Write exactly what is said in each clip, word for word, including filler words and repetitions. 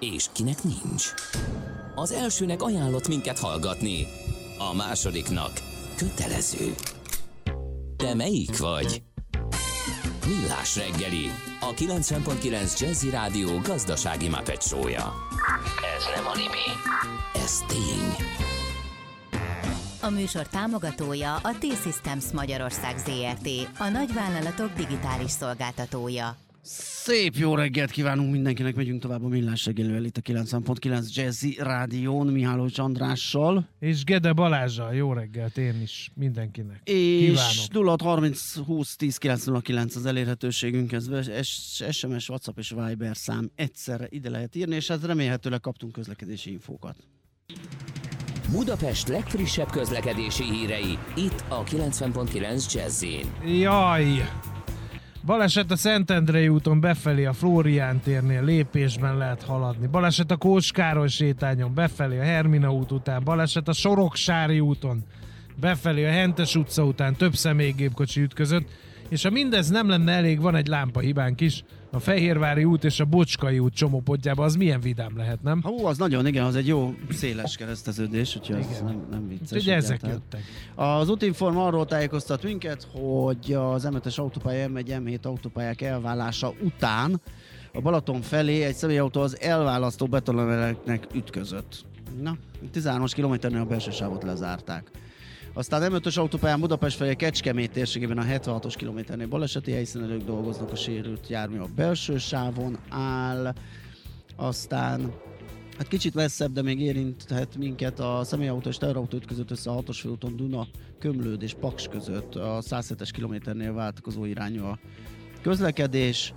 és kinek nincs. Az elsőnek ajánlott minket hallgatni, a másodiknak kötelező. Te melyik vagy? Millás reggeli, a kilencven pont kilenc Jazzy Rádió gazdasági Muppet show-ja. Ez nem anime, ez tény. A műsor támogatója a T-Systems Magyarország Zrt., a nagyvállalatok digitális szolgáltatója. Szép jó reggelt kívánunk mindenkinek, megyünk tovább a Millás reggelivel itt a kilencven pont kilenc Jazzy Rádión, Mihálovics Andrással. És Gede Balázsral, jó reggelt én is mindenkinek. És kívánok. nulla hat harminc húsz tíz kilenc nulla kilenc az elérhetőségünk, ez es em es, WhatsApp és Viber szám egyszerre ide lehet írni, és hát remélhetőleg kaptunk közlekedési infókat. Budapest legfrissebb közlekedési hírei, itt a kilencven pont kilenc Jazzyn. Jaj! Baleset a Szentendrei úton befelé a Flórián térnél, lépésben lehet haladni. Baleset a Kócs Károly sétányon befelé a Hermina út után. Baleset a Soroksári úton befelé a Hentes utca után, több személygépkocsi ütközött. És ha mindez nem lenne elég, van egy lámpahibánk is. A Fehérvári út és a Bocskai út csomópontjában, az milyen vidám lehet, nem? Hú, az nagyon, igen, az egy jó széles kereszteződés, úgyhogy az nem, nem vicces. Úgyhogy ezek jöttek. Az Útinform arról tájékoztat minket, hogy az em ötös autópálya em egy em hét autópályák elválása után a Balaton felé egy személyautó az elválasztó betonemeleknek ütközött. Na, tizenhármas kilométernél a belső sávot lezárták. Aztán em ötös autópályán Budapest felé Kecskemét térségében a hetvenhatos kilométernél baleseti helyszínelők dolgoznak, a sérült jármű a belső sávon áll. Aztán hát kicsit messzebb, de még érinthet minket a személyautó és teherautó ütközött össze a hatos főúton Duna, Kömlőd és Paks között. A száz hetes kilométernél váltakozó irányú a közlekedés,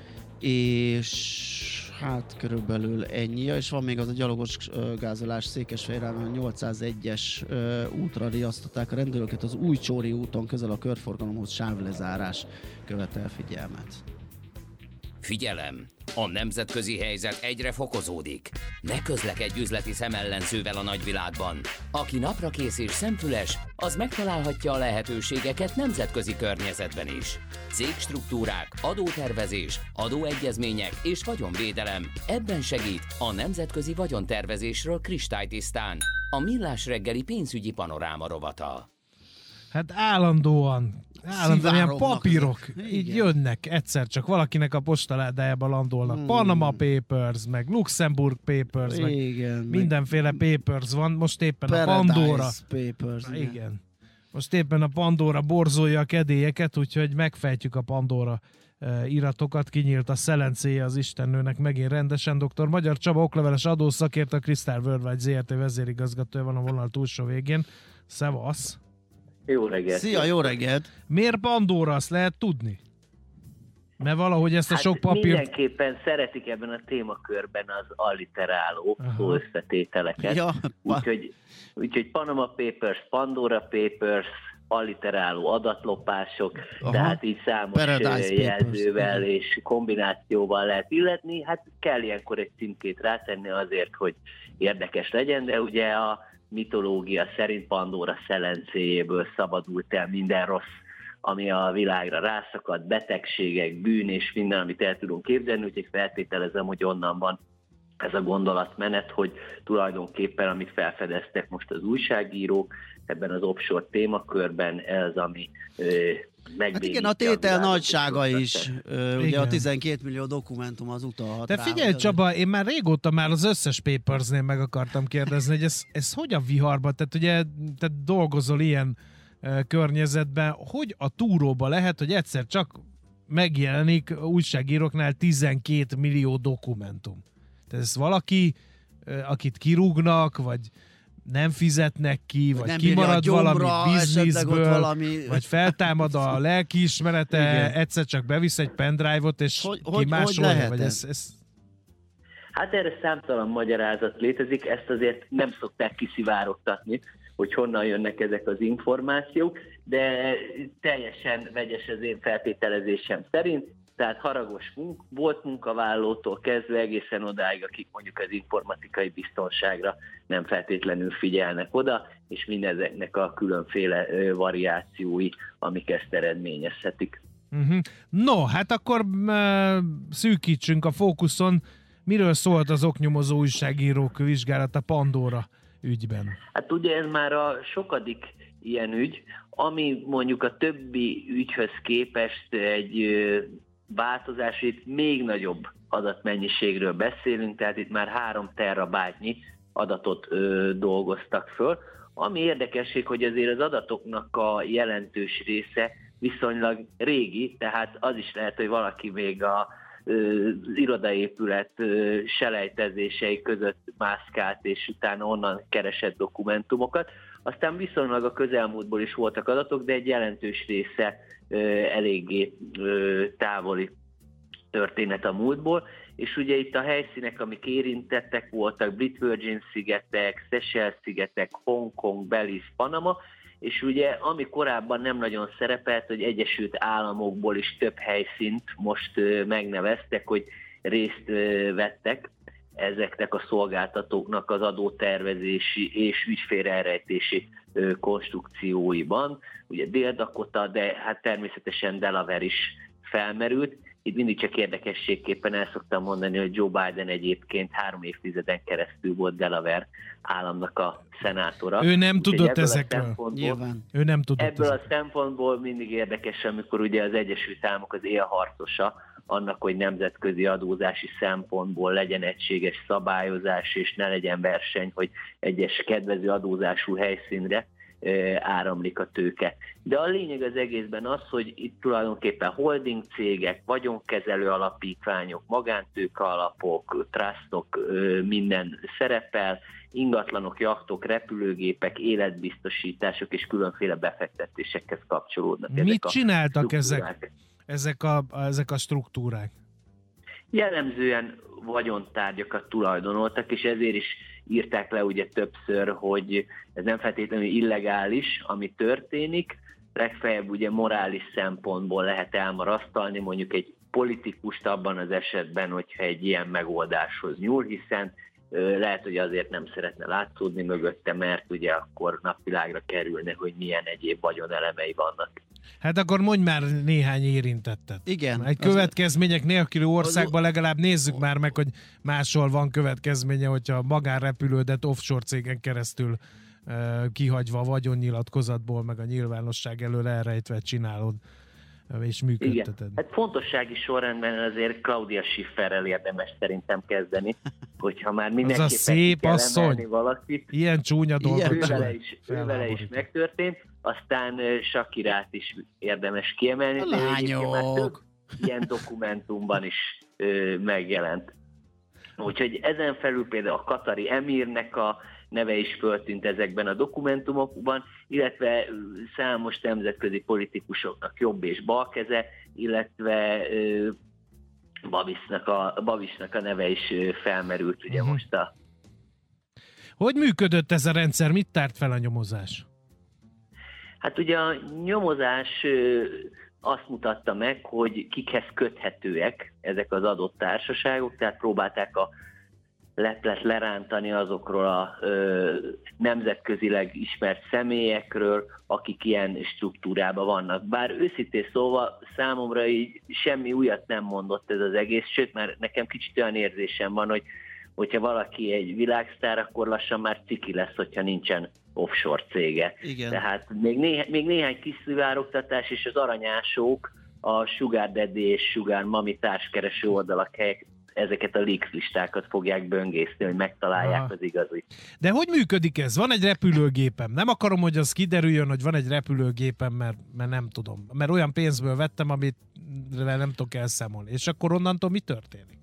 és hát körülbelül ennyi, és van még az a gyalogos uh, gázolás Székesfehérváron, a nyolcszázegyes uh, útra riasztották a rendőröket, az Újcsóri úton közel a körforgalomhoz sávlezárás követel figyelmet. Figyelem! A nemzetközi helyzet egyre fokozódik. Ne közlekedj üzleti szemellenzővel a nagyvilágban. Aki naprakész és szemfüles, az megtalálhatja a lehetőségeket nemzetközi környezetben is. Cégstruktúrák, adótervezés, adóegyezmények és vagyonvédelem. Ebben segít a nemzetközi vagyontervezésről kristálytisztán. A Millás reggeli pénzügyi panoráma rovata. Hát állandóan, állandóan ilyen papírok így igen. jönnek, egyszer csak valakinek a postaládájába landolnak. Hmm. Panama Papers, meg Luxemburg Papers, igen, meg mindenféle meg papers van. Most éppen Paradise a Pandora. Papers, Na, igen. igen. Most éppen a Pandora borzolja a kedélyeket, úgyhogy megfejtjük a Pandora uh, iratokat. Kinyílt a szelencéje az istennőnek megint rendesen. doktor Magyar Csaba, okleveles adószakértő, a Crystal Worldwide Zrt. Vezérigazgatója van a vonal túlsó végén. Szevasz! Jó reggelt! Szia, jó reggelt! Miért Pandora, azt lehet tudni? Mert valahogy ezt a Hát sok papírt... mindenképpen szeretik ebben a témakörben az alliteráló szóösszetételeket. Ja, úgyhogy, úgyhogy Panama Papers, Pandora Papers, alliteráló adatlopások, Aha. tehát így számos Paradise jelzővel Papers. és kombinációval lehet illetni. Hát kell ilyenkor egy címkét rátenni azért, hogy érdekes legyen, de ugye a mitológia szerint Pandora szelencéjéből szabadult el minden rossz, ami a világra rászakadt, betegségek, bűn és minden, amit el tudunk képzelni, úgyhogy feltételezem, hogy onnan van ez a gondolatmenet, hogy tulajdonképpen, amit felfedeztek most az újságírók ebben az offshore témakörben, ez, ami ö, Hát igen, a tétel nagysága is, ö, ugye a tizenkét millió dokumentum az utalhat De rá. figyelj Csaba, én már régóta már az összes Papersnél meg akartam kérdezni, hogy ez, ez hogy a viharba, tehát ugye te dolgozol ilyen uh, környezetben, hogy a túróba lehet, hogy egyszer csak megjelenik újságíróknál tizenkét millió dokumentum. Tehát ez valaki, uh, akit kirúgnak, vagy nem fizetnek ki, vagy nem kimarad gyomra, valami bizniszből, valami... vagy feltámad a lelkiismerete, Igen. egyszer csak bevisz egy pendrive-ot, és Hogy- hogy- kimásolja, hogy lehet vagy ez? ez, ez... Hát erre számtalan magyarázat létezik, ezt azért nem szokták kiszivárogtatni, hogy honnan jönnek ezek az információk, de teljesen vegyes az én feltételezésem szerint, tehát haragos munk, volt munkavállalótól kezdve egészen odáig, akik mondjuk az informatikai biztonságra nem feltétlenül figyelnek oda, és mindezeknek a különféle ö, variációi, amik ezt eredményezhetik. Uh-huh. No, hát akkor uh, szűkítsünk a fókuszon. Miről szólt az oknyomozó újságírók vizsgálata Pandora ügyben? Hát ugye ez már a sokadik ilyen ügy, ami mondjuk a többi ügyhöz képest egy változás, itt még nagyobb adatmennyiségről beszélünk, tehát itt már három terabájtnyi adatot ö, dolgoztak föl. Ami érdekesség, hogy azért az adatoknak a jelentős része viszonylag régi, tehát az is lehet, hogy valaki még a, ö, az irodaépület ö, selejtezései között mászkált, és utána onnan keresett dokumentumokat. Aztán viszonylag a közelmúltból is voltak adatok, de egy jelentős része ö, eléggé ö, távoli történet a múltból, és ugye itt a helyszínek, amik érintettek voltak, Brit Virgin-szigetek, Seychelles-szigetek, Hongkong, Belize, Panama, és ugye ami korábban nem nagyon szerepelt, hogy Egyesült Államokból is több helyszínt most ö, megneveztek, hogy részt ö, vettek ezeknek a szolgáltatóknak az adótervezési és ügyfélelrejtési ö, konstrukcióiban. Ugye Dél-Dakota, de hát természetesen Delaware is felmerült. Itt mindig csak érdekességképpen el szoktam mondani, hogy Joe Biden egyébként három évtizeden keresztül volt Delaware államnak a szenátora. Ő nem Úgy, tudott ezekről. Nyilván. Ő nem tudott Ebből ezekről. a szempontból mindig érdekes, amikor ugye az Egyesült Államok az élharcosa annak, hogy nemzetközi adózási szempontból legyen egységes szabályozás, és ne legyen verseny, hogy egyes kedvező adózású helyszínre áramlik a tőke. De a lényeg az egészben az, hogy itt tulajdonképpen holding cégek, vagyonkezelő alapítványok, magántőke alapok, trustok, minden szerepel, ingatlanok, jachtok, repülőgépek, életbiztosítások és különféle befektetésekhez kapcsolódnak. Mit ezek a csináltak struktúrák. ezek, ezek, a, ezek a struktúrák? Jellemzően vagyontárgyakat tulajdonoltak, és ezért is írták le ugye többször, hogy ez nem feltétlenül illegális, ami történik, legfeljebb ugye morális szempontból lehet elmarasztalni mondjuk egy politikust abban az esetben, hogyha egy ilyen megoldáshoz nyúl, hiszen lehet, hogy azért nem szeretne látszódni mögötte, mert ugye akkor napvilágra kerülne, hogy milyen egyéb vagyonelemei vannak. Hát akkor mondj már néhány érintettet. Igen. Egy következmények nélküli országban legalább nézzük már meg, hogy máshol van következménye, hogyha magánrepülődet offshore cégen keresztül uh, kihagyva a vagyonnyilatkozatból, meg a nyilvánosság elől elrejtve csinálod és működteted. Igen. Hát fontossági sorrendben azért Claudia Schifferrel érdemes szerintem kezdeni, hogyha már mindenképpen szép kell asszony. emelni valakit. Ilyen csúnya dolgot Ővele is, ővele is megtörtént, aztán Shakirát is érdemes kiemelni. A de egyébként már több lányok. ilyen dokumentumban is ö, megjelent. Úgyhogy ezen felül például a katari emírnek a neve is föltűnt ezekben a dokumentumokban, illetve számos nemzetközi politikusoknak jobb és bal keze, illetve ö, Babisnak a, Babisnak a neve is ö, felmerült ugye uh-huh. most a... Hogy működött ez a rendszer? Mit tárt fel a nyomozás? Hát ugye a nyomozás ö, azt mutatta meg, hogy kikhez köthetőek ezek az adott társaságok, tehát próbálták a leplet lerántani azokról a ö, nemzetközileg ismert személyekről, akik ilyen struktúrában vannak. Bár őszintén szóval számomra így semmi újat nem mondott ez az egész, sőt, már nekem kicsit olyan érzésem van, hogy hogyha valaki egy világsztár, akkor lassan már ciki lesz, hogyha nincsen offshore cége. Igen. Tehát még, néha, még néhány kis szivárogtatás és az aranyásók, a Sugar Daddy és Sugar Mami társkereső oldalak helyek, ezeket a leaks listákat fogják böngészni, hogy megtalálják Aha. az igazi. De hogy működik ez? Van egy repülőgépem. Nem akarom, hogy az kiderüljön, hogy van egy repülőgépem, mert, mert nem tudom. Mert olyan pénzből vettem, amit nem tudok elszámolni. És akkor onnantól mi történik?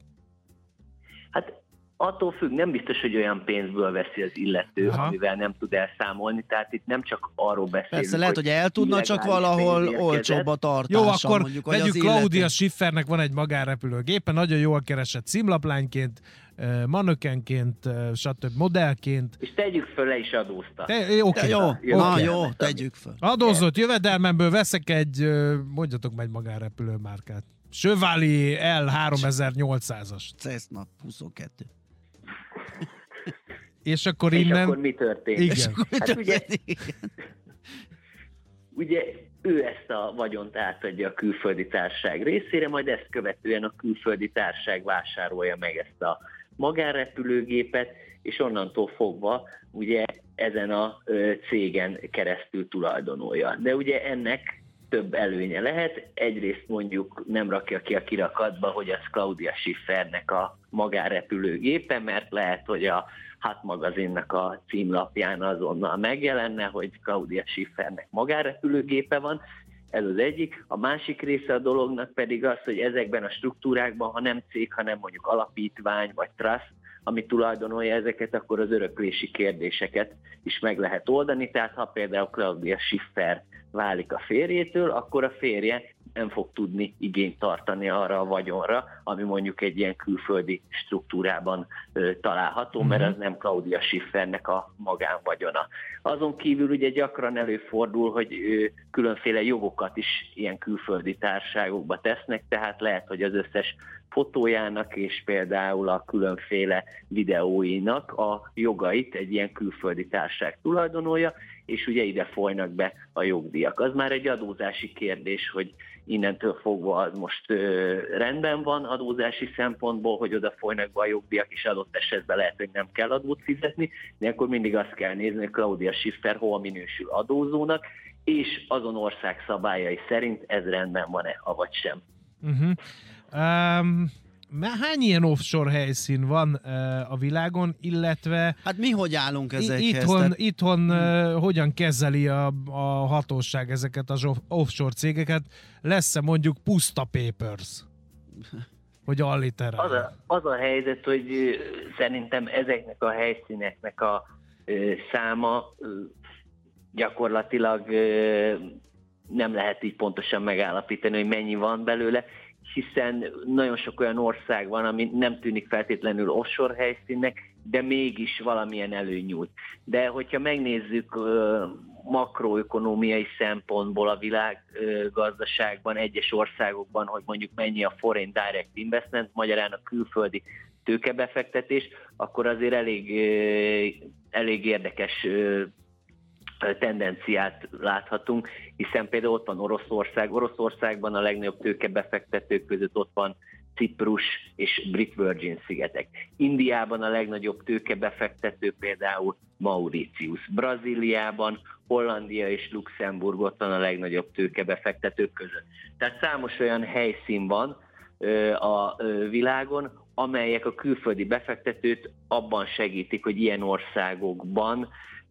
Hát attól függ, nem biztos, hogy olyan pénzből veszi az illető, Aha. amivel nem tud elszámolni, tehát itt nem csak arról beszélünk, Persze lehet, hogy el tudna, csak illegális valahol pénz érkezett. olcsóbb a tartása. Jó, akkor mondjuk, vagy vegyük az Claudia illető. Schiffernek van egy magánrepülőgépe, nagyon jól keresett címlaplányként, manökenként, stb. Modellként. És tegyük föl, le is adózta. Te, oké, Okay. Jó, Jó, na oké. jó, tegyük föl. Adózott jövedelmemből veszek egy, mondjatok meg egy magánrepülőmárkát. Chevalier L háromezer-nyolcszázas. Cessna huszonkettő. És akkor És innen... akkor mi történt? Igen. És akkor Hát ugye- történik? ugye ő ezt a vagyont átadja a külföldi társaság részére, majd ezt követően a külföldi társaság vásárolja meg ezt a magánrepülőgépet, és onnantól fogva ugye ezen a cégen keresztül tulajdonolja. De ugye ennek több előnye lehet. Egyrészt mondjuk nem rakja ki a kirakatba, hogy az Claudia Schiffernek a magánrepülőgépe, mert lehet, hogy a Hot magazinnak a címlapján azonnal megjelenne, hogy Claudia Schiffernek magánrepülőgépe van. Ez az egyik. A másik része a dolognak pedig az, hogy ezekben a struktúrákban, ha nem cég, hanem mondjuk alapítvány vagy trust, ami tulajdonolja ezeket, akkor az öröklési kérdéseket is meg lehet oldani. Tehát ha például Claudia Schiffer válik a férjétől, akkor a férje nem fog tudni igényt tartani arra a vagyonra, ami mondjuk egy ilyen külföldi struktúrában ö, található, mert az nem Claudia Schiffernek a magánvagyona. Azon kívül ugye gyakran előfordul, hogy ö, különféle jogokat is ilyen külföldi társaságokba tesznek, tehát lehet, hogy az összes fotójának és például a különféle videóinak a jogait egy ilyen külföldi társaság tulajdonolja, és ugye ide folynak be a jogdíjak. Az már egy adózási kérdés, hogy innentől fogva az most ö, rendben van adózási szempontból, hogy oda folynak be a jogdíjak, és adott esetben lehet, hogy nem kell adót fizetni, de akkor mindig azt kell nézni, hogy Claudia Schiffer hol minősül adózónak, és azon ország szabályai szerint ez rendben van-e, avagy sem. Uh-huh. Um... Hány ilyen offshore helyszín van uh, a világon, illetve hát mi hogy állunk ezekhez? Itthon, Tehát... itthon uh, hogyan kezeli a, a hatóság ezeket az offshore cégeket? Lesz-e mondjuk puszta papers? Hogy alliterál? Az a, az a helyzet, hogy uh, szerintem ezeknek a helyszíneknek a uh, száma uh, gyakorlatilag uh, nem lehet így pontosan megállapítani, hogy mennyi van belőle, hiszen nagyon sok olyan ország van, ami nem tűnik feltétlenül offshore helyszínnek, de mégis valamilyen előny nyújt. De hogyha megnézzük makroökonómiai szempontból a világgazdaságban, egyes országokban, hogy mondjuk mennyi a foreign direct investment, magyarán a külföldi tőkebefektetés, akkor azért elég, elég érdekes tendenciát láthatunk, hiszen például ott van Oroszország. Oroszországban a legnagyobb tőkebefektetők között ott van Ciprus és Brit Virgin szigetek. Indiában a legnagyobb tőkebefektető például Mauritius. Brazíliában Hollandia és Luxemburg ott van a legnagyobb tőkebefektetők között. Tehát számos olyan helyszín van a világon, amelyek a külföldi befektetőt abban segítik, hogy ilyen országokban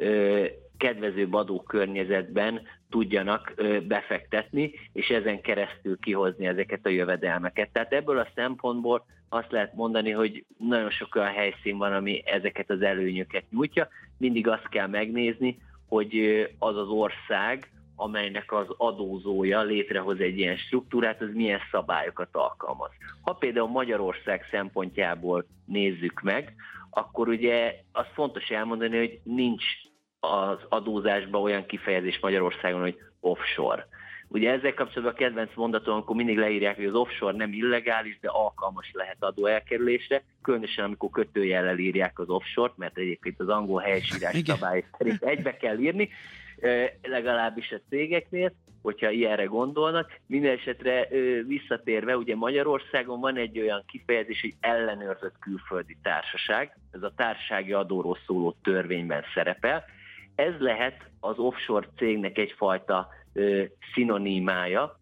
kedvezőbb adókörnyezetben tudjanak befektetni, és ezen keresztül kihozni ezeket a jövedelmeket. Tehát ebből a szempontból azt lehet mondani, hogy nagyon sok olyan helyszín van, ami ezeket az előnyöket nyújtja. Mindig azt kell megnézni, hogy az az ország, amelynek az adózója létrehoz egy ilyen struktúrát, az milyen szabályokat alkalmaz. Ha például Magyarország szempontjából nézzük meg, akkor ugye az fontos elmondani, hogy nincs az adózásban olyan kifejezés Magyarországon, hogy offshore. Ugye ezzel kapcsolatban a kedvenc mondatom, amikor mindig leírják, hogy az offshore nem illegális, de alkalmas lehet adóelkerülésre, különösen amikor kötőjellel írják az offshore-t, mert egyébként az angol helyesírás szabály szerint egybe kell írni, legalábbis a cégeknél, hogyha ilyenre gondolnak. Minden esetre visszatérve, ugye Magyarországon van egy olyan kifejezés, hogy ellenőrzött külföldi társaság, ez a társasági adóról szóló törvényben szerepel. Ez lehet az offshore cégnek egyfajta ö, szinonimája.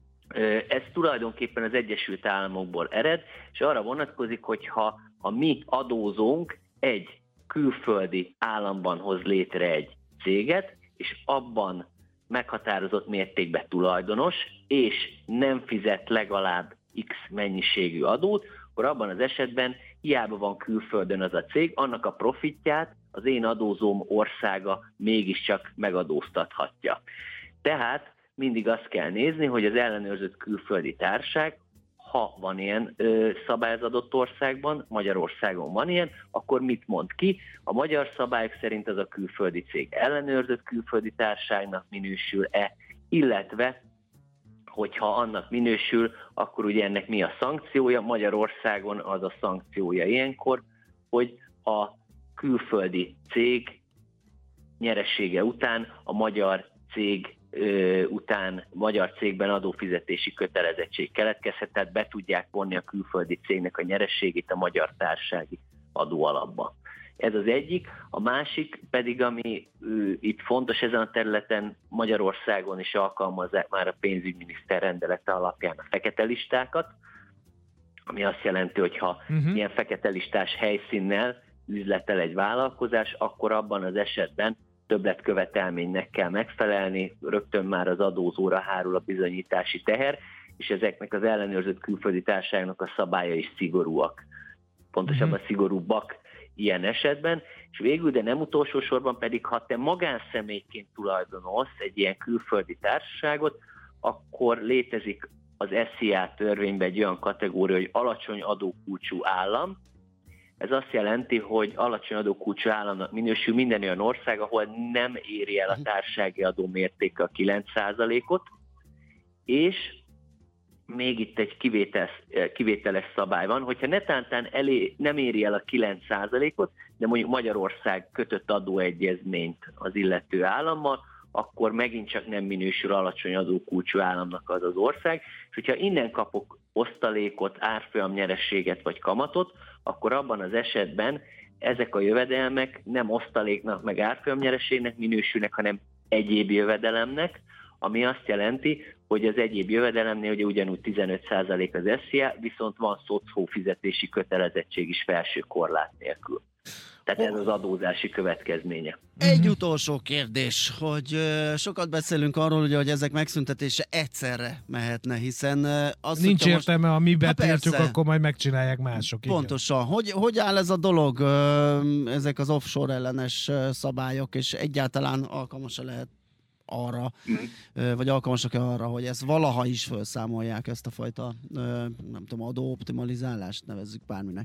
Ö, ez tulajdonképpen az Egyesült Államokból ered, és arra vonatkozik, hogyha a mi adózónk egy külföldi államban hoz létre egy céget, és abban meghatározott mértékben tulajdonos, és nem fizet legalább X mennyiségű adót, akkor abban az esetben hiába van külföldön az a cég, annak a profitját az én adózóm országa mégiscsak megadóztathatja. Tehát mindig azt kell nézni, hogy az ellenőrzött külföldi társaság, ha van ilyen ö, szabály az adott országban, Magyarországon van ilyen, akkor mit mond ki? A magyar szabályok szerint az a külföldi cég ellenőrzött külföldi társaságnak minősül-e, illetve hogyha annak minősül, akkor ugye ennek mi a szankciója? Magyarországon az a szankciója ilyenkor, hogy a külföldi cég nyeresége után a magyar cég után magyar cégben adófizetési kötelezettség keletkezhet, tehát be tudják vonni a külföldi cégnek a nyerességét a magyar társasági adóalapba. Ez az egyik. A másik pedig, ami ő, itt fontos ezen a területen, Magyarországon is alkalmazzák már a pénzügyminiszter rendelete alapján a fekete listákat, ami azt jelenti, hogy ha uh-huh. ilyen fekete listás helyszínnel üzletel egy vállalkozás, akkor abban az esetben többletkövetelménynek kell megfelelni, rögtön már az adózóra hárul a bizonyítási teher, és ezeknek az ellenőrzött külföldi társaságnak a szabályai is szigorúak. Pontosabban uh-huh. szigorúbbak ilyen esetben, és végül, de nem utolsó sorban pedig, ha te magánszemélyként tulajdonolsz egy ilyen külföldi társaságot, akkor létezik az es zé á törvényben egy olyan kategória, hogy alacsony adókulcsú állam. Ez azt jelenti, hogy alacsony adókulcsú államnak minősül minden olyan ország, ahol nem éri el a társasági adó mértéke a kilenc százalékot, és még itt egy kivételes, kivételes szabály van, hogyha netántán elé, nem éri el a kilenc százalékot, de mondjuk Magyarország kötött adóegyezményt az illető állammal, akkor megint csak nem minősül alacsony adókulcsú államnak az az ország, és hogyha innen kapok osztalékot, árfolyam nyerességet vagy kamatot, akkor abban az esetben ezek a jövedelmek nem osztaléknak meg árfolyam nyerességnek minősülnek, hanem egyéb jövedelemnek, ami azt jelenti, hogy az egyéb jövedelemnél ugye ugyanúgy tizenöt százalék az es zé á, viszont van szocó fizetési kötelezettség is felső korlát nélkül. Tehát ez az adózási következménye. Egy utolsó kérdés, hogy uh, sokat beszélünk arról, ugye, hogy ezek megszüntetése egyszerre mehetne, hiszen uh, az, nincs értelme, most... ha mi betiltjuk, akkor majd megcsinálják mások. Pontosan. Hogy, hogy áll ez a dolog, uh, ezek az offshore ellenes uh, szabályok, és egyáltalán alkalmas-e lehet arra, mm. uh, vagy alkalmasak-e arra, hogy ezt valaha is felszámolják, ezt a fajta, uh, nem tudom, adóoptimalizálást nevezzük bárminek?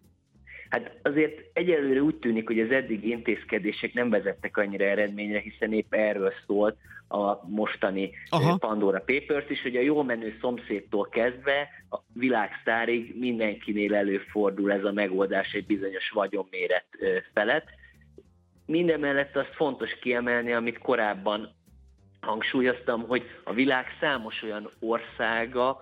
Hát azért egyelőre úgy tűnik, hogy az eddigi intézkedések nem vezettek annyira eredményre, hiszen épp erről szólt a mostani Aha. Pandora Papers is, hogy a jól menő szomszédtól kezdve a világsztárig mindenkinél előfordul ez a megoldás egy bizonyos vagyonméret felett. Mindemellett azt fontos kiemelni, amit korábban hangsúlyoztam, hogy a világ számos olyan országa,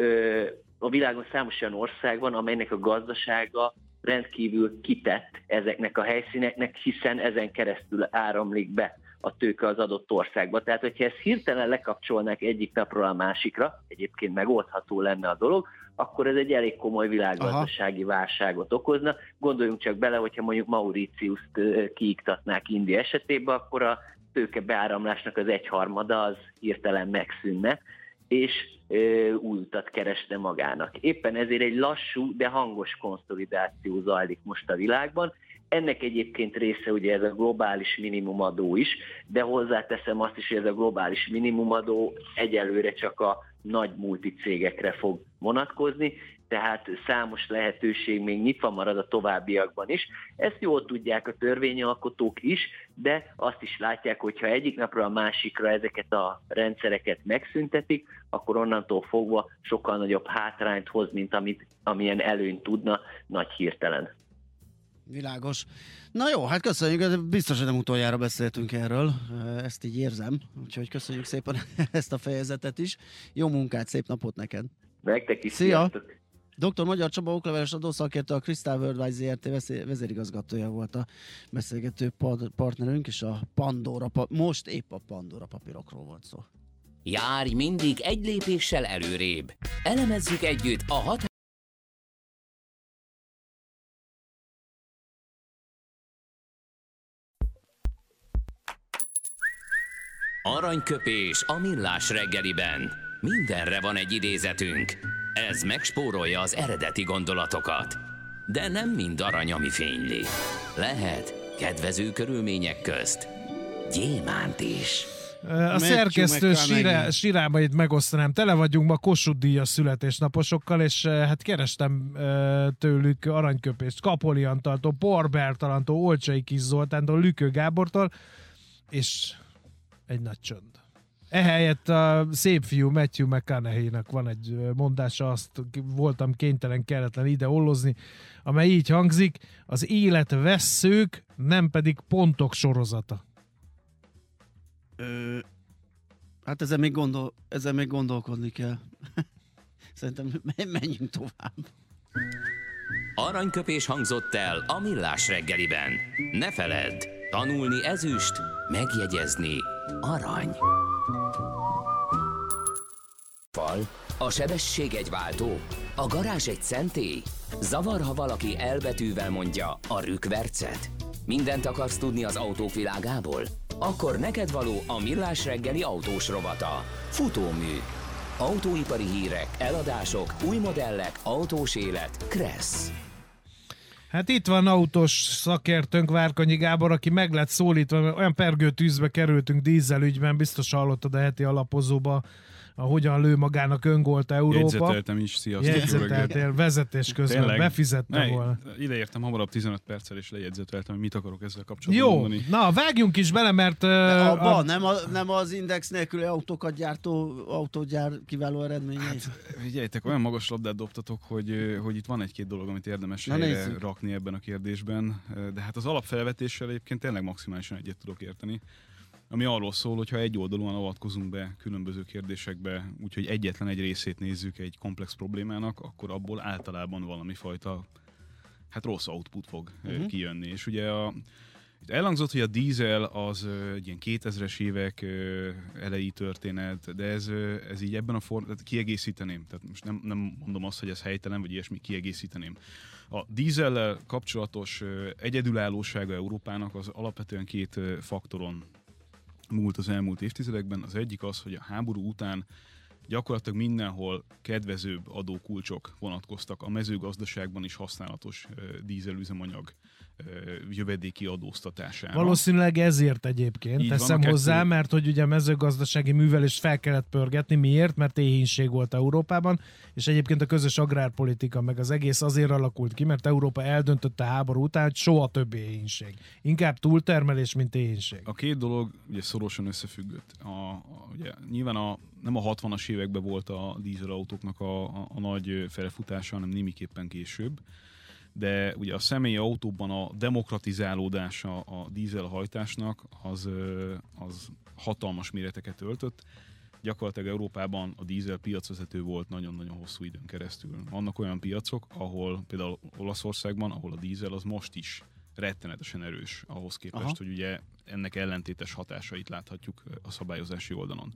a világon számos olyan ország van, amelynek a gazdasága rendkívül kitett ezeknek a helyszíneknek, hiszen ezen keresztül áramlik be a tőke az adott országba. Tehát, hogyha ezt hirtelen lekapcsolnák egyik napról a másikra, egyébként megoldható lenne a dolog, akkor ez egy elég komoly világgazdasági Aha. válságot okozna. Gondoljunk csak bele, hogyha mondjuk Mauritiuszt kiiktatnák India esetében, akkor a tőke beáramlásnak az egyharmada az hirtelen megszűnne, és ö, új utat keresne magának. Éppen ezért egy lassú, de hangos konszolidáció zajlik most a világban. Ennek egyébként része ugye ez a globális minimumadó is, de hozzáteszem azt is, hogy ez a globális minimumadó egyelőre csak a nagy multicégekre fog vonatkozni, tehát számos lehetőség még nyitva marad a továbbiakban is. Ezt jól tudják a törvényalkotók is, de azt is látják, hogy ha egyik napra a másikra ezeket a rendszereket megszüntetik, akkor onnantól fogva sokkal nagyobb hátrányt hoz, mint amit, amilyen előnyt tudna nagy hirtelen. Világos. Na jó, hát köszönjük, biztos, hogy nem utoljára beszéltünk erről, ezt így érzem, úgyhogy köszönjük szépen ezt a fejezetet is. Jó munkát, szép napot neked! Nektek is, Szia! Sziasztok. doktor Magyar Csaba okleveles adószakértő, a Crystal Worldwide zé er té vezérigazgatója volt a beszélgető partnerünk, és a Pandora, most épp a Pandora papírokról volt szó. Járj mindig egy lépéssel előrébb. Elemezzük együtt a hat aranyköpés a millás reggeliben. Mindenre van egy idézetünk. Ez megspórolja az eredeti gondolatokat. De nem mind arany, ami fényli. Lehet kedvező körülmények közt gyémánt is. A szerkesztő sírá, sírámait megosztanám. Tele vagyunk ma Kossuth díjas születésnaposokkal, és hát kerestem tőlük aranyköpést Kapoli Antaltól, Porbertalantól, Olcsai Kis Zoltántól, Lükő Gábortól, és egy nagy csönd. Ehelyett a szép fiú Matthew McConaughey-nak van egy mondása, azt voltam kénytelen, kelletlen ide ollozni, amely így hangzik: az élet vesszők, nem pedig pontok sorozata. Ö, Hát ezen még, gondol, ezen még gondolkodni kell. Szerintem menjünk tovább. Aranyköpés hangzott el a Millás reggeliben. Ne feledd, tanulni ezüst, megjegyezni arany. Fal, a sebesség egy váltó, a garázs egy szentély. Zavar, ha valaki elbetűvel mondja a rükvercet. Mindent akarsz tudni az autók világából? Akkor neked való a Millás reggeli autós rovata. Futómű. Autóipari hírek, eladások, új modellek, autós élet. Kressz. Hát itt van autós szakértőnk, Várkonyi Gábor, aki meg lett szólítva, mert olyan pergő tűzbe kerültünk dízelügyben, biztos hallottad a heti alapozóba, a hogyan lő magának öngolt Európa. Jegyzeteltem is, sziasztok. Jegyzeteltél, vezetés közben, Tényleg? befizettem volna. Ide értem hamarabb tizenöt perccel, és lejegyzeteltem, hogy mit akarok ezzel kapcsolatban Jó, mondani. na vágjunk is bele, mert... Uh, Abba, a... nem, a, nem az index nélküli autókat gyártó autógyár kiváló eredményei? Hát, figyeljetek, olyan magas labdát dobtatok, hogy, hogy itt van egy-két dolog, amit érdemes na, helyre nézzük. rakni ebben a kérdésben, de hát az alapfelvetéssel egyébként tényleg maximálisan egyet tudok érteni. Ami arról szól, hogy ha egy oldalúan avatkozunk be különböző kérdésekbe, úgyhogy egyetlen egy részét nézzük egy komplex problémának, akkor abból általában valami fajta hát rossz output fog uh-huh. kijönni. És ugye a, itt elhangzott, hogy a dízel az egy ilyen kétezres évek elejé történet, de ez, ez így ebben a formában kiegészíteném. Tehát most nem, nem mondom azt, hogy ez helytelen, vagy ilyesmi, kiegészíteném. A dízellel kapcsolatos egyedülállósága Európának az alapvetően két faktoron múlt az elmúlt évtizedekben. Az egyik az, hogy a háború után gyakorlatilag mindenhol kedvezőbb adókulcsok vonatkoztak a mezőgazdaságban is használatos uh, dízelüzemanyag uh, jövedéki adóztatására. Valószínűleg ezért egyébként, Így teszem van, hozzá, kettő... mert hogy ugye a mezőgazdasági művelést fel kellett pörgetni. Miért? Mert éhínség volt Európában, és egyébként a közös agrárpolitika meg az egész azért alakult ki, mert Európa eldöntötte a háború után, hogy soha többé éhínség. Inkább túltermelés, mint éhínség. A két dolog ugye szorosan összefüggött. A, a, ugye, nyilván a, nem a hatvanas években volt a dízelautóknak a, a, a nagy felefutása, hanem némiképpen később. De ugye a személyi autóban a demokratizálódása a dízelhajtásnak az, az hatalmas méreteket öltött. Gyakorlatilag Európában a dízel piacvezető volt nagyon-nagyon hosszú időn keresztül. Vannak olyan piacok, ahol például Olaszországban, ahol a dízel az most is rettenetesen erős ahhoz képest, aha, hogy ugye ennek ellentétes hatásait láthatjuk a szabályozási oldalon.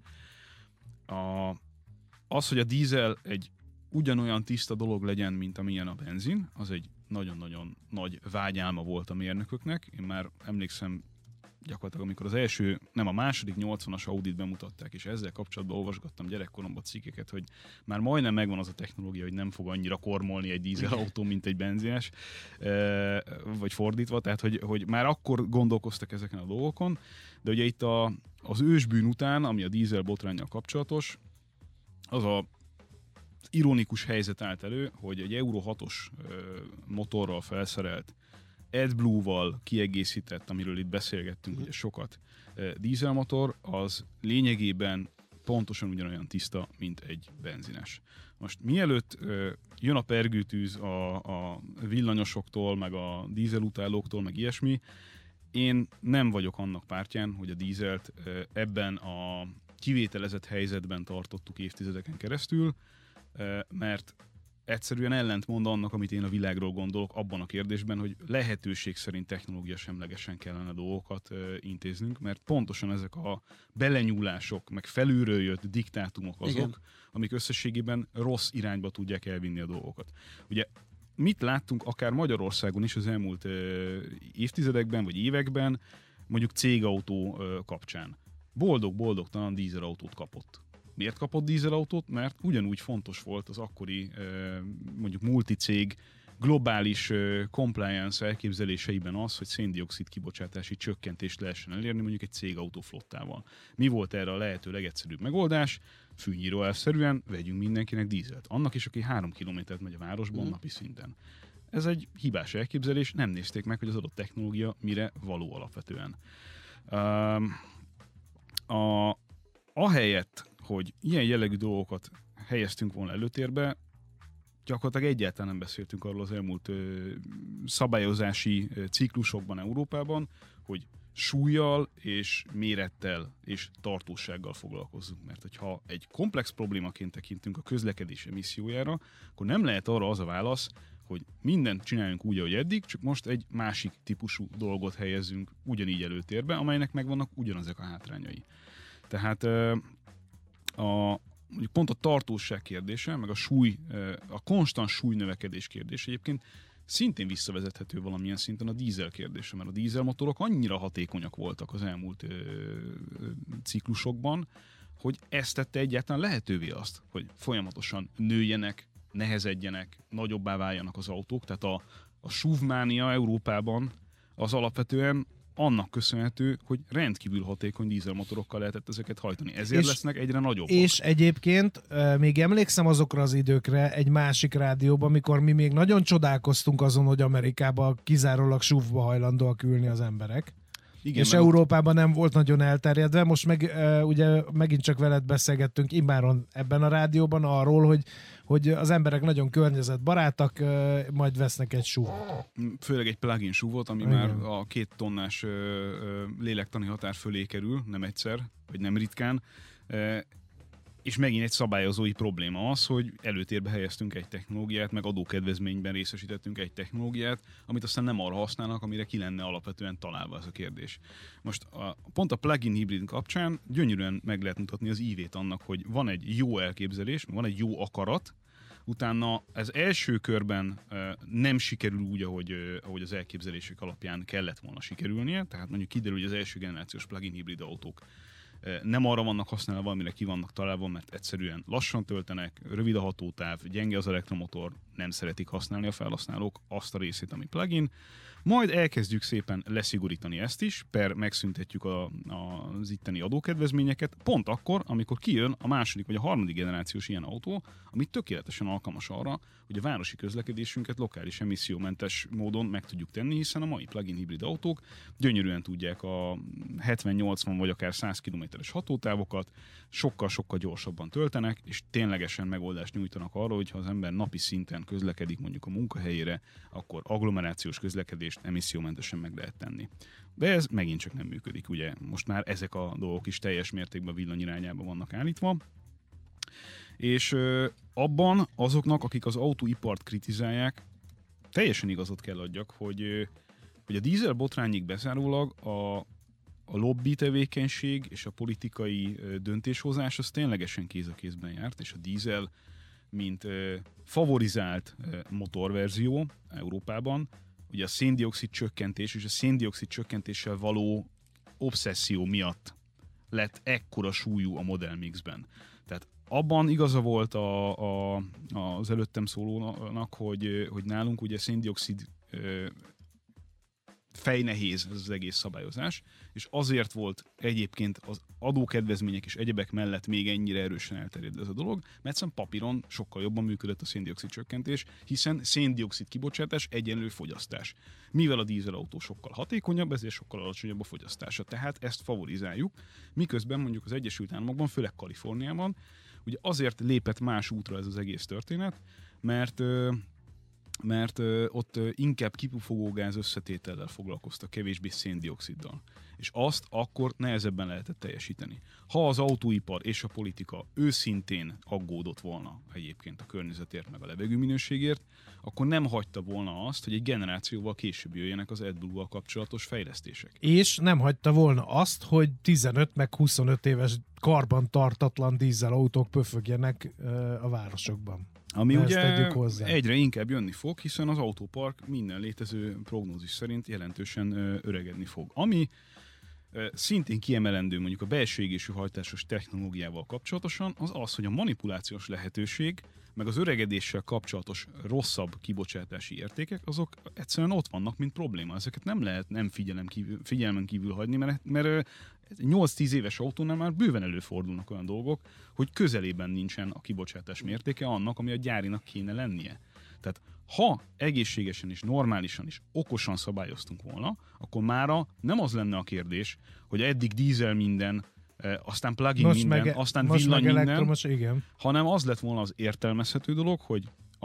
A, az, hogy a dízel egy ugyanolyan tiszta dolog legyen, mint amilyen a benzin, az egy nagyon-nagyon nagy vágyálma volt a mérnököknek. Én már emlékszem, gyakorlatilag amikor az első, nem a második nyolcvanas Audit bemutatták, és ezzel kapcsolatban olvasgattam gyerekkoromban cikkeket, hogy már majdnem megvan az a technológia, hogy nem fog annyira kormolni egy dízelautó, mint egy benzines, vagy fordítva, tehát hogy, hogy már akkor gondolkoztak ezeken a dolgokon, de ugye itt a, az ősbűn után, ami a dízel botránnyal kapcsolatos, az a ironikus helyzet állt elő, hogy egy Euro hatos motorral felszerelt AdBlue-val kiegészített, amiről itt beszélgettünk ugye sokat, dízelmotor, az lényegében pontosan ugyanolyan tiszta, mint egy benzines. Most mielőtt jön a pergőtűz a, a villanyosoktól, meg a dízelutálóktól, meg ilyesmi, én nem vagyok annak pártján, hogy a dízelt ebben a kivételezett helyzetben tartottuk évtizedeken keresztül, mert egyszerűen ellentmond annak, amit én a világról gondolok abban a kérdésben, hogy lehetőség szerint technológia semlegesen kellene dolgokat uh, intéznünk, mert pontosan ezek a belenyúlások, meg felülről jött diktátumok azok, igen, amik összességében rossz irányba tudják elvinni a dolgokat. Ugye mit láttunk akár Magyarországon is az elmúlt uh, évtizedekben, vagy években, mondjuk cégautó uh, kapcsán. Boldog-boldogtalan dízelautót kapott. Miért kapott dízelautót? Mert ugyanúgy fontos volt az akkori mondjuk multicég globális compliance elképzeléseiben az, hogy széndioxid kibocsátási csökkentést lehessen elérni mondjuk egy cégautó flottával. Mi volt erre a lehető legegyszerűbb megoldás? Fűnyíró elvszerűen vegyünk mindenkinek dízelt. Annak is, aki három kilométert megy a városban mm. napi szinten. Ez egy hibás elképzelés, nem nézték meg, hogy az adott technológia mire való alapvetően. Um, a, ahelyett, hogy ilyen jellegű dolgokat helyeztünk volna előtérbe, gyakorlatilag egyáltalán nem beszéltünk arról az elmúlt ö, szabályozási ö, ciklusokban Európában, hogy súlyjal és mérettel és tartósággal foglalkozzunk. Mert hogyha egy komplex problémaként tekintünk a közlekedés emissziójára, akkor nem lehet arra az a válasz, hogy mindent csináljunk úgy, ahogy eddig, csak most egy másik típusú dolgot helyezzünk ugyanígy előtérbe, amelynek megvannak ugyanazok a hátrányai. Tehát a, mondjuk pont a tartóság kérdése, meg a súly, a konstant súlynövekedés kérdése egyébként szintén visszavezethető valamilyen szinten a dízel kérdése, mert a dízelmotorok annyira hatékonyak voltak az elmúlt ö, ö, ciklusokban, hogy ezt tette egyáltalán lehetővé azt, hogy folyamatosan nőjenek, nehezedjenek, nagyobbá váljanak az autók. Tehát a, a SUV-mánia Európában az alapvetően annak köszönhető, hogy rendkívül hatékony dízelmotorokkal lehetett ezeket hajtani. Ezért és, lesznek egyre nagyobbak. És egyébként még emlékszem azokra az időkre egy másik rádióban, amikor mi még nagyon csodálkoztunk azon, hogy Amerikában kizárólag SUV-ba hajlandóak ülni az emberek. Igen, és Európában nem volt nagyon elterjedve. Most meg ugye megint csak veled beszélgettünk immáron ebben a rádióban arról, hogy, hogy az emberek nagyon környezetbarátak, majd vesznek egy SUV-ot. Főleg egy plug-in SUV-ot, ami igen. már a két tonnás lélektani határ fölé kerül, nem egyszer, vagy nem ritkán. És megint egy szabályozói probléma az, hogy előtérbe helyeztünk egy technológiát, meg adókedvezményben részesítettünk egy technológiát, amit aztán nem arra használnak, amire ki lenne alapvetően találva ez a kérdés. Most a, pont a plug-in hibrid kapcsán gyönyörűen meg lehet mutatni az ívét annak, hogy van egy jó elképzelés, van egy jó akarat, utána ez első körben nem sikerül úgy, ahogy, ahogy az elképzelések alapján kellett volna sikerülnie, tehát mondjuk kiderül, hogy az első generációs plug-in hibrid autók nem arra vannak használva, valamire ki vannak találva, mert egyszerűen lassan töltenek, rövid a hatótáv, gyenge az elektromotor, nem szeretik használni a felhasználók azt a részét, ami plugin. Majd elkezdjük szépen leszigorítani ezt is, per megszüntetjük a, a, az itteni adókedvezményeket, pont akkor, amikor kijön a második vagy a harmadik generációs ilyen autó, ami tökéletesen alkalmas arra, hogy a városi közlekedésünket lokális emissziómentes módon meg tudjuk tenni, hiszen a mai plug-in hibrid autók gyönyörűen tudják a hetven-nyolcvan vagy akár száz kilométeres hatótávokat, sokkal-sokkal gyorsabban töltenek, és ténylegesen megoldást nyújtanak arra, hogy ha az ember napi szinten közlekedik mondjuk a munkahelyére, akkor agglomerációs közlekedést emissziómentesen meg lehet tenni. De ez megint csak nem működik, ugye most már ezek a dolgok is teljes mértékben villanyirányába vannak állítva, és ö, abban azoknak, akik az autóipart kritizálják, teljesen igazat kell adjak, hogy, ö, hogy a dízel botrányig bezárólag a, a lobby tevékenység és a politikai ö, döntéshozás az ténylegesen kéz a kézben járt, és a dízel mint ö, favorizált ö, motorverzió Európában, ugye a széndioxid csökkentés és a széndioxid csökkentéssel való obszesszió miatt lett ekkora súlyú a modell mixben. Tehát abban igaza volt a, a, az előttem szólónak, hogy, hogy nálunk ugye széndioxid ö, fejnehéz ez az egész szabályozás, és azért volt egyébként az adókedvezmények és egyebek mellett még ennyire erősen elterjedt ez a dolog, mert egyszerűen papíron sokkal jobban működött a széndioxid csökkentés, hiszen széndioxid kibocsátás egyenlő fogyasztás. Mivel a dízelautó sokkal hatékonyabb, ezért sokkal alacsonyabb a fogyasztása, tehát ezt favorizáljuk, miközben mondjuk az Egyesült Államokban, főleg Kaliforniában, ugye azért lépett más útra ez az egész történet, mert mert ö, ott ö, inkább kipufogógáz összetétellel foglalkoztak, kevésbé széndioxiddal. És azt akkor nehezebben lehetett teljesíteni. Ha az autóipar és a politika őszintén aggódott volna egyébként a környezetért meg a levegőminőségért, akkor nem hagyta volna azt, hogy egy generációval később jöjjenek az AdBlue-val kapcsolatos fejlesztések. És nem hagyta volna azt, hogy tizenöt meg huszonöt éves karbantartatlan dízelautók pöfögjenek ö, a városokban. Ami ugye egyre inkább jönni fog, hiszen az autópark minden létező prognózis szerint jelentősen öregedni fog. Ami szintén kiemelendő mondjuk a belső égésű hajtásos technológiával kapcsolatosan, az az, hogy a manipulációs lehetőség, meg az öregedéssel kapcsolatos rosszabb kibocsátási értékek, azok egyszerűen ott vannak, mint probléma. Ezeket nem lehet nem figyelem kívül, figyelmen kívül hagyni, mert, mert nyolc-tíz éves autónál már bőven előfordulnak olyan dolgok, hogy közelében nincsen a kibocsátás mértéke annak, ami a gyárinak kéne lennie. Tehát ha egészségesen és normálisan és okosan szabályoztunk volna, akkor mára nem az lenne a kérdés, hogy eddig dízel minden, aztán plug-in most minden, meg, aztán villany minden, igen. hanem az lett volna az értelmezhető dolog, hogy a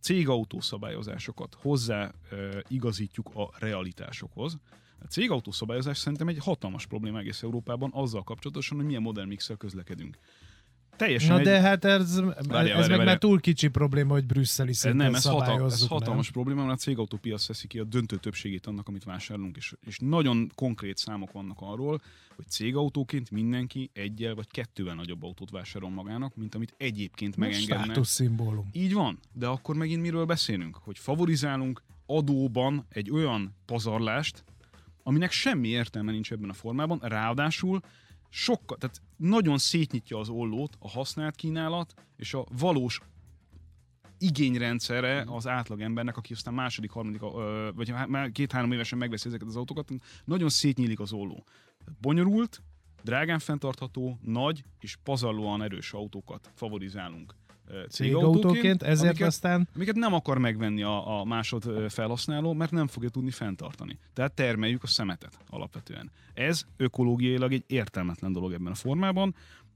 cégautó szabályozásokat hozzá ö, igazítjuk a realitásokhoz. A cégautó szabályozás szerintem egy hatalmas probléma egész Európában azzal kapcsolatosan, hogy milyen modern mixel közlekedünk. Teljesen Na egy... de hát ez, Várjál, ez várjál, meg várjál. már túl kicsi probléma, hogy brüsszeli szinten Nem, ez, hatal, szabályozzuk. ez hatalmas nem? probléma, mert a cégautópiac veszi ki a döntő többségét annak, amit vásárolunk, és, és nagyon konkrét számok vannak arról, hogy cégautóként mindenki egyel vagy kettővel nagyobb autót vásárol magának, mint amit egyébként megengedne. Státuszszimbólum. Így van, de akkor megint miről beszélünk? Hogy favorizálunk adóban egy olyan pazarlást, aminek semmi értelme nincs ebben a formában, ráadásul sokkal, tehát nagyon szétnyitja az ollót a használt kínálat és a valós igényrendszere az átlagembernek, aki aztán második, harmadik, vagy két-három évesen megveszi ezeket az autókat, nagyon szétnyílik az olló. Bonyolult, drágán fenntartható, nagy és pazarlóan erős autókat favorizálunk cégautóként, ezért amiket, aztán... amiket nem akar megvenni a, a másod felhasználó, mert nem fogja tudni fenntartani. Tehát termeljük a szemetet alapvetően. Ez ökológiailag egy értelmetlen dolog ebben a formában,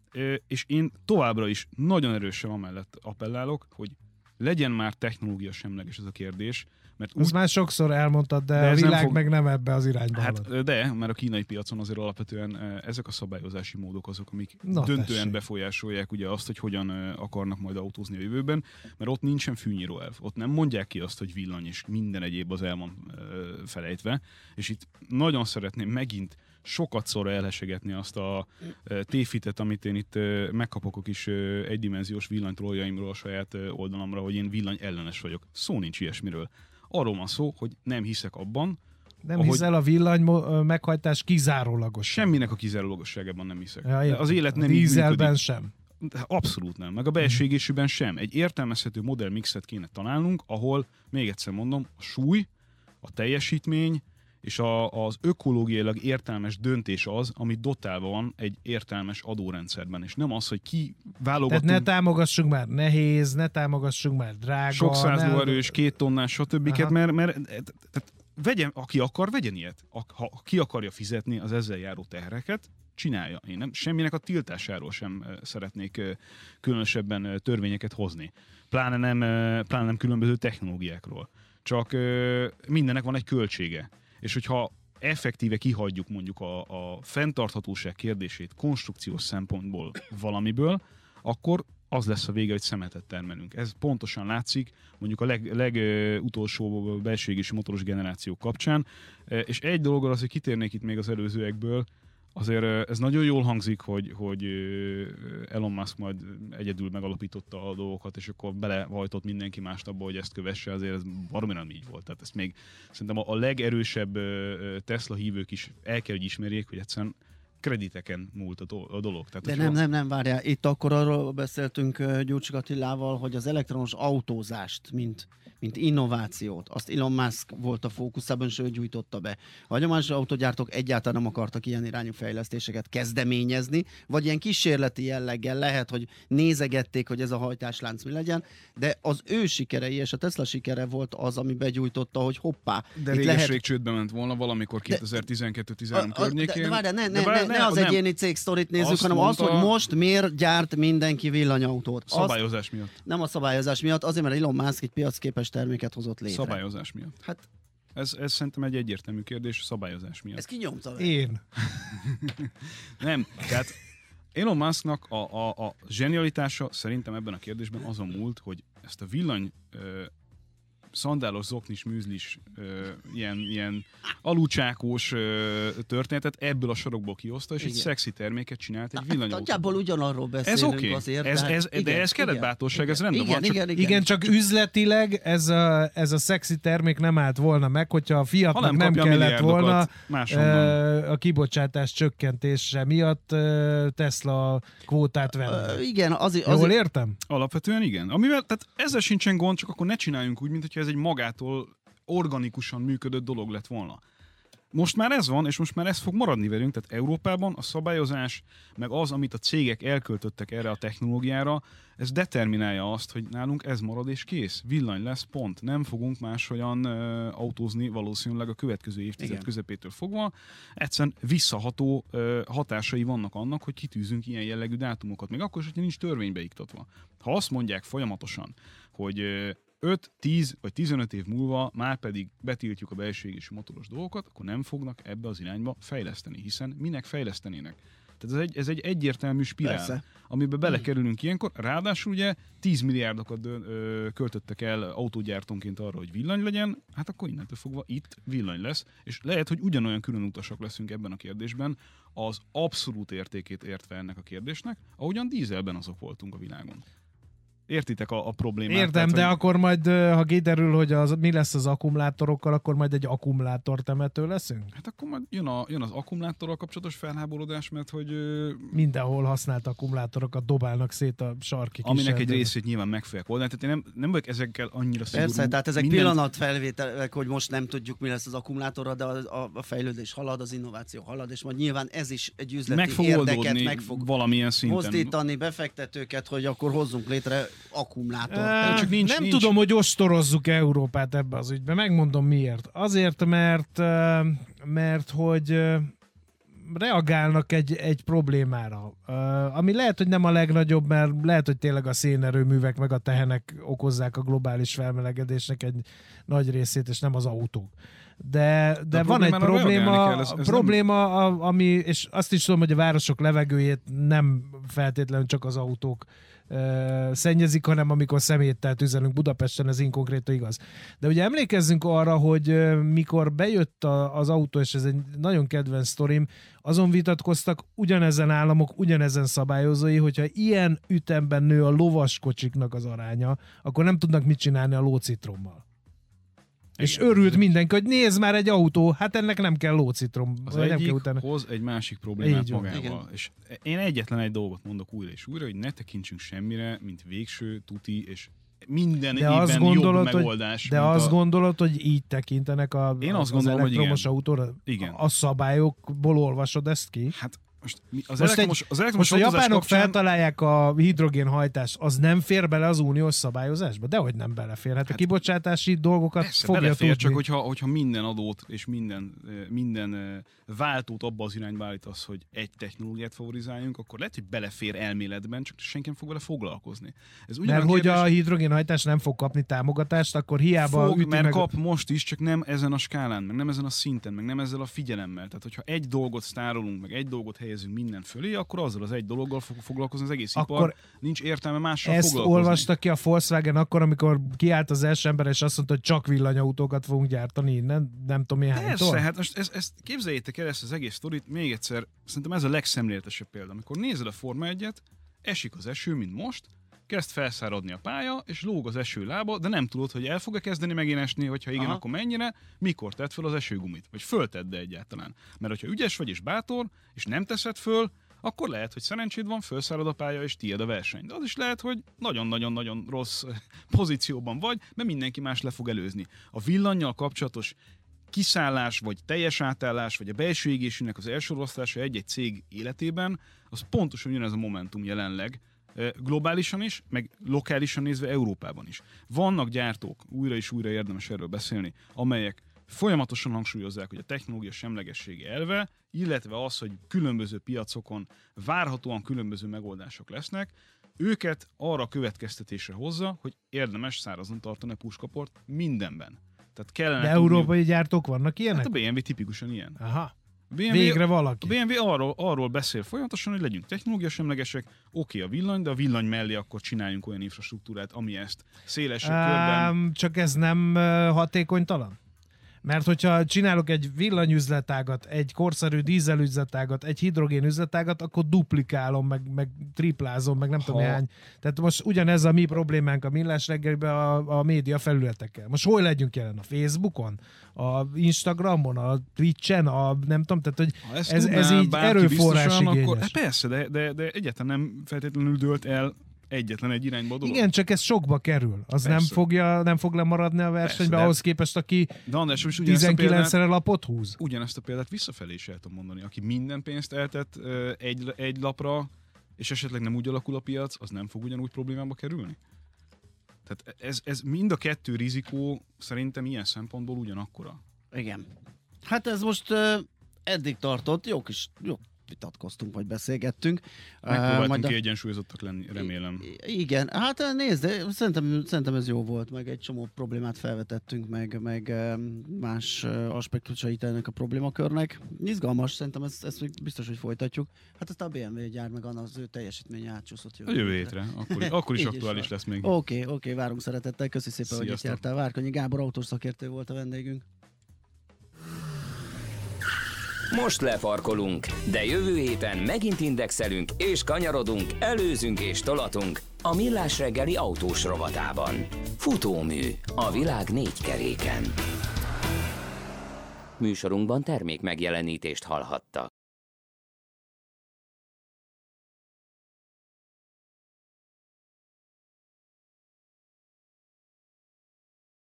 és én továbbra is nagyon erősen amellett appellálok, hogy legyen már technológia semleges ez a kérdés, mert úgy... Ezt már sokszor elmondtad, de, de a világ nem fog... meg nem ebbe az irányba hát, halad. De, mert a kínai piacon azért alapvetően ezek a szabályozási módok azok, amik Na, döntően tessék. befolyásolják ugye azt, hogy hogyan akarnak majd autózni a jövőben, mert ott nincsen fűnyíró elv. Ott nem mondják ki azt, hogy villany, és minden egyéb az el van felejtve, és itt nagyon szeretném megint sokat szóra elhesegetni azt a tévhitet, amit én itt megkapok a kis egydimenziós villanytroljaimról a saját oldalamra, hogy én villany ellenes vagyok. Szó nincs ilyesmiről. Arról van szó, hogy nem hiszek abban, nem ahogy... hiszel a villany meghajtás kizárólagos. Semminek a kizárólagosságában nem hiszek. Ja, az élet nem a így dízelben működik. sem. Abszolút nem. Meg a belső égésűben sem. Egy értelmezhető modell mixet kéne találnunk, ahol, még egyszer mondom, a súly, a teljesítmény és a, az ökológiailag értelmes döntés az, ami dotálva van egy értelmes adórendszerben, és nem az, hogy ki válogatunk... Tehát ne támogassunk már nehéz, ne támogassunk már drága... Sok száz ne... lóerős, két tonnás, stb. Mert, mert tehát vegyen, aki akar, vegyen ilyet. Ha ki akarja fizetni az ezzel járó terheket, csinálja. Én nem, semminek a tiltásáról sem szeretnék különösebben törvényeket hozni. Pláne nem, pláne nem különböző technológiákról. Csak mindennek van egy költsége. És hogyha effektíve kihagyjuk mondjuk a, a fenntarthatóság kérdését konstrukciós szempontból valamiből, akkor az lesz a vége, hogy szemetet termelünk. Ez pontosan látszik mondjuk a legutolsó leg, belső égésű motoros generációk kapcsán. És egy dologra azért kitérnék itt még az előzőekből, azért ez nagyon jól hangzik, hogy, hogy Elon Musk majd egyedül megalapította a dolgokat, és akkor belehajtott mindenki mást abba, hogy ezt kövesse, azért ez baromira így volt. Tehát ezt még szerintem a legerősebb Tesla hívők is el kell, hogy ismerjék, hogy egyszerűen krediteken múlt a, do- a dolog. Tehát, de nem, nem, nem, várjál. Itt akkor arról beszéltünk Gyurcsik Attilával, hogy az elektromos autózást, mint, mint innovációt, azt Elon Musk volt a fókuszában, és ő gyújtotta be. A hagyományos autógyártók egyáltalán nem akartak ilyen irányú fejlesztéseket kezdeményezni, vagy ilyen kísérleti jelleggel lehet, hogy nézegették, hogy ez a hajtáslánc mi legyen, de az ő sikerei és a Tesla sikere volt az, ami begyújtotta, hogy hoppá. De réges lehet... rég csődbe ment volna valamikor kétezer-tizenkettő tizenhárom környékén. De, de, de, ne, ne, de, ne, ne az nem. egyéni cég sztorit nézzük, Azt hanem mondta... azt, hogy most miért gyárt mindenki villanyautót. Szabályozás azt, miatt. Nem a szabályozás miatt, azért, mert Elon Musk egy piacképes terméket hozott létre. Szabályozás miatt. Hát, ez, ez szerintem egy egyértelmű kérdés, szabályozás miatt. Ez ki nyomta meg? Én. Nem, tehát Elon Musknak a, a, a zsenialitása szerintem ebben a kérdésben azon múlt, hogy ezt a villany ö, szandálos, zoknis, műzlis, ö, ilyen, ilyen alulcsákós ö, történetet ebből a sorokból kihozta, és igen. Egy szexi terméket csinált egy villanyautóban. Nagyjából ugyanarról beszélünk ez okay. azért. Ez, ez, igen, de ez keretbátorság, ez rendben igen, van. Csak, igen, igen, igen, csak üzletileg ez a, ez a szexi termék nem állt volna meg, hogyha a Fiatnak nem, nem kellett volna uh, a kibocsátás csökkentése miatt uh, Tesla kvótát venni. Uh, igen, azért... Jól azért... értem? Alapvetően igen. Amivel, tehát ezzel sincsen gond, csak akkor ne csináljunk úgy, mint hogyha ez egy magától organikusan működött dolog lett volna. Most már ez van, és most már ez fog maradni velünk, tehát Európában a szabályozás, meg az, amit a cégek elköltöttek erre a technológiára, ez determinálja azt, hogy nálunk ez marad és kész. Villany lesz, pont. Nem fogunk máshogyan uh, autózni valószínűleg a következő évtized igen. közepétől fogva. Egyszerűen visszaható uh, hatásai vannak annak, hogy kitűzünk ilyen jellegű dátumokat, még akkor is, hogyha nincs törvénybe iktatva. Ha azt mondják folyamatosan, hogy uh, öt, tíz vagy tizenöt év múlva már pedig betiltjuk a belső égésű motoros dolgokat, akkor nem fognak ebbe az irányba fejleszteni, hiszen minek fejlesztenének? Tehát ez egy, ez egy egyértelmű spirál, Persze. amiben belekerülünk ilyenkor. Ráadásul ugye tíz milliárdokat dö, ö, költöttek el autógyártónként arra, hogy villany legyen, hát akkor innentől fogva itt villany lesz, és lehet, hogy ugyanolyan külön utasak leszünk ebben a kérdésben, az abszolút értékét értve ennek a kérdésnek, ahogyan dízelben azok voltunk a világon. Értitek a, a problémát? Értem, tehát, de hogy... akkor majd, ha kiderül, hogy az, mi lesz az akkumulátorokkal, akkor majd egy akkumulátortemető leszünk? Hát akkor majd jön, a, jön az akkumulátorral kapcsolatos felháborodás, mert hogy... Mindenhol használt akkumulátorokat dobálnak szét a sarki kis Aminek erdőben. egy részét nyilván meg fogják oldani. Tehát én nem, nem vagyok ezekkel annyira szigorú. Persze, tehát ezek Minden... pillanatfelvételek, hogy most nem tudjuk, mi lesz az akkumulátorra, de a, a, a fejlődés halad, az innováció halad, és majd nyilván ez is egy üzleti meg fog érdeket meg fog valamilyen szinten mozdítani befektetőket, hogy akkor hozzunk létre akkumulátort. Uh, csak nincs, nem nincs. tudom, hogy ostorozzuk Európát ebbe az ügybe. Megmondom miért. Azért, mert, mert hogy reagálnak egy, egy problémára. Ami lehet, hogy nem a legnagyobb, mert lehet, hogy tényleg a szénerőművek meg a tehenek okozzák a globális felmelegedésnek egy nagy részét, és nem az autók. De, de, de van egy probléma, ez, ez probléma nem... ami, és azt is tudom, hogy a városok levegőjét nem feltétlenül csak az autók uh, szennyezik, hanem amikor szeméttel tüzelünk Budapesten, ez inkonkrétan igaz. De ugye emlékezzünk arra, hogy uh, mikor bejött a, az autó, és ez egy nagyon kedvenc sztorim, azon vitatkoztak ugyanezen államok, ugyanezen szabályozói, hogyha ilyen ütemben nő a lovaskocsiknak az aránya, akkor nem tudnak mit csinálni a lócitrommal. És igen, örült mindenki, hogy nézd már egy autó, hát ennek nem kell lócitrom. Az nem egyik kell utána... hoz egy másik problémát Így magával. Igen. És én egyetlen egy dolgot mondok újra és újra, hogy ne tekintsünk semmire, mint végső, tuti és minden de évben gondolod, jobb megoldás. Hogy, de azt a... gondolod, hogy így tekintenek a, én azt az gondolom, elektromos hogy autóra? Igen. A szabályokból olvasod ezt ki? Hát most mi, az, most elektromos, egy, az elektromos most a japánok kapcsán... feltalálják a hidrogénhajtást, az nem fér bele az uniós szabályozásba? Dehogy nem belefér. Hát, hát a kibocsátási dolgokat persze, fogja belefér, tudni. csak hogyha, hogyha minden adót és minden, minden váltót abba az irányba állítasz, hogy egy technológiát favorizáljunk, akkor lehet, hogy belefér elméletben, csak senki nem fog vele foglalkozni. Ez Mert hogy kérdés, a hidrogénhajtás nem fog kapni támogatást, akkor hiába fog, üti mert meg... kap most is, csak nem ezen a skálán, meg nem ezen a szinten, meg nem ezzel a figyelemmel. Tehát, hogyha egy dolgot sztárolunk, meg egy dolgot helyezünk minden fölé, akkor azzal az egy dologgal fog foglalkozni az egész akkor ipar. Nincs értelme mással ezt foglalkozni. Ezt olvasta ki a Volkswagen akkor, amikor kiállt az első ember, és azt mondta, hogy csak villanyautókat fogunk gyártani innen, nem tudom én hánytól. Persze, hát most ezt, ezt képzeljétek el, ezt az egész sztorit, még egyszer, szerintem ez a legszemléletesebb példa. Amikor nézed a Forma egyet, esik az eső, mint most, kezd felszáradni a pálya, és lóg az eső lába, de nem tudod, hogy el fog-e kezdeni megint esni, hogyha igen, Aha. akkor mennyire, mikor tedd föl az esőgumit, vagy föltedd egyáltalán. Mert hogyha ügyes vagy és bátor, és nem teszed föl, akkor lehet, hogy szerencséd van, felszárad a pálya, és tiéd a verseny. De az is lehet, hogy nagyon-nagyon-nagyon rossz pozícióban vagy, mert mindenki más le fog előzni. A villannyal kapcsolatos kiszállás, vagy teljes átállás, vagy a belső égésűnek az elsorosztása egy-egy cég életében, az pontosan ugyanez a momentum jelenleg, globálisan is, meg lokálisan nézve Európában is. Vannak gyártók, újra és újra érdemes erről beszélni, amelyek folyamatosan hangsúlyozzák, hogy a technológia semlegessége elve, illetve az, hogy különböző piacokon várhatóan különböző megoldások lesznek, őket arra következtetésre hozza, hogy érdemes szárazon tartani a puskaport mindenben. Tehát kellene de tudni, európai gyártók vannak ilyenek? Hát a bé em vé tipikusan ilyen. Aha. bé em vé, Végre valaki. A bé em vé arról, arról beszél folyamatosan, hogy legyünk technológiasemlegesek, oké a villany, de a villany mellé akkor csináljunk olyan infrastruktúrát, ami ezt szélesebb um, körben... Csak ez nem hatékonytalan? Mert hogyha csinálok egy villanyüzletágat, egy korszerű dízelüzletágat, egy hidrogén üzletágat, akkor duplikálom, meg, meg triplázom, meg nem ha. tudom hány. Tehát most ugyanez a mi problémánk a Millás reggeliben a, a média felületekkel. Most hol legyünk jelen? A Facebookon? A Instagramon? A Twitchen? A nem tudom, tehát hogy ez, ez így erőforrás igényes. Akkor, hát persze, de, de, de egyáltalán nem feltétlenül dőlt el egyetlen egy irányba dolog. Igen, csak ez sokba kerül. Az nem, fogja, nem fog lemaradni a versenybe, Persze, ahhoz képest, aki tizenkilencszer lapot húz. Ugyanezt a példát visszafelé is el tudom mondani. Aki minden pénzt eltett egy, egy lapra, és esetleg nem úgy alakul a piac, az nem fog ugyanúgy problémába kerülni. Tehát ez, ez mind a kettő rizikó szerintem ilyen szempontból ugyanakkora. Igen. Hát ez most uh, eddig tartott, jó kis, jó vitatkoztunk, vagy beszélgettünk. Megpróbáltunk Majd a... kiegyensúlyozottak lenni, remélem. Igen, hát nézd, de szerintem, szerintem ez jó volt, meg egy csomó problémát felvetettünk, meg, meg más aspektusait ennek a problémakörnek. Izgalmas, szerintem ezt, ezt még biztos, hogy folytatjuk. Hát ezt a bé em vé gyár, meg az ő teljesítménye átcsúszott jövő, jövő hétre. Akkor, akkor is aktuális lesz még. Oké, okay, oké, okay, várunk szeretettel. Köszi szépen, Sziasztok. Hogy itt jártál. Várkonyi Gábor autószakértő volt a vendégünk. Most lefarkolunk, de jövő héten megint indexelünk és kanyarodunk, előzünk és tolatunk a Millás reggeli autós rovatában. Futómű a világ négy keréken. Műsorunkban termék megjelenítést hallhattak.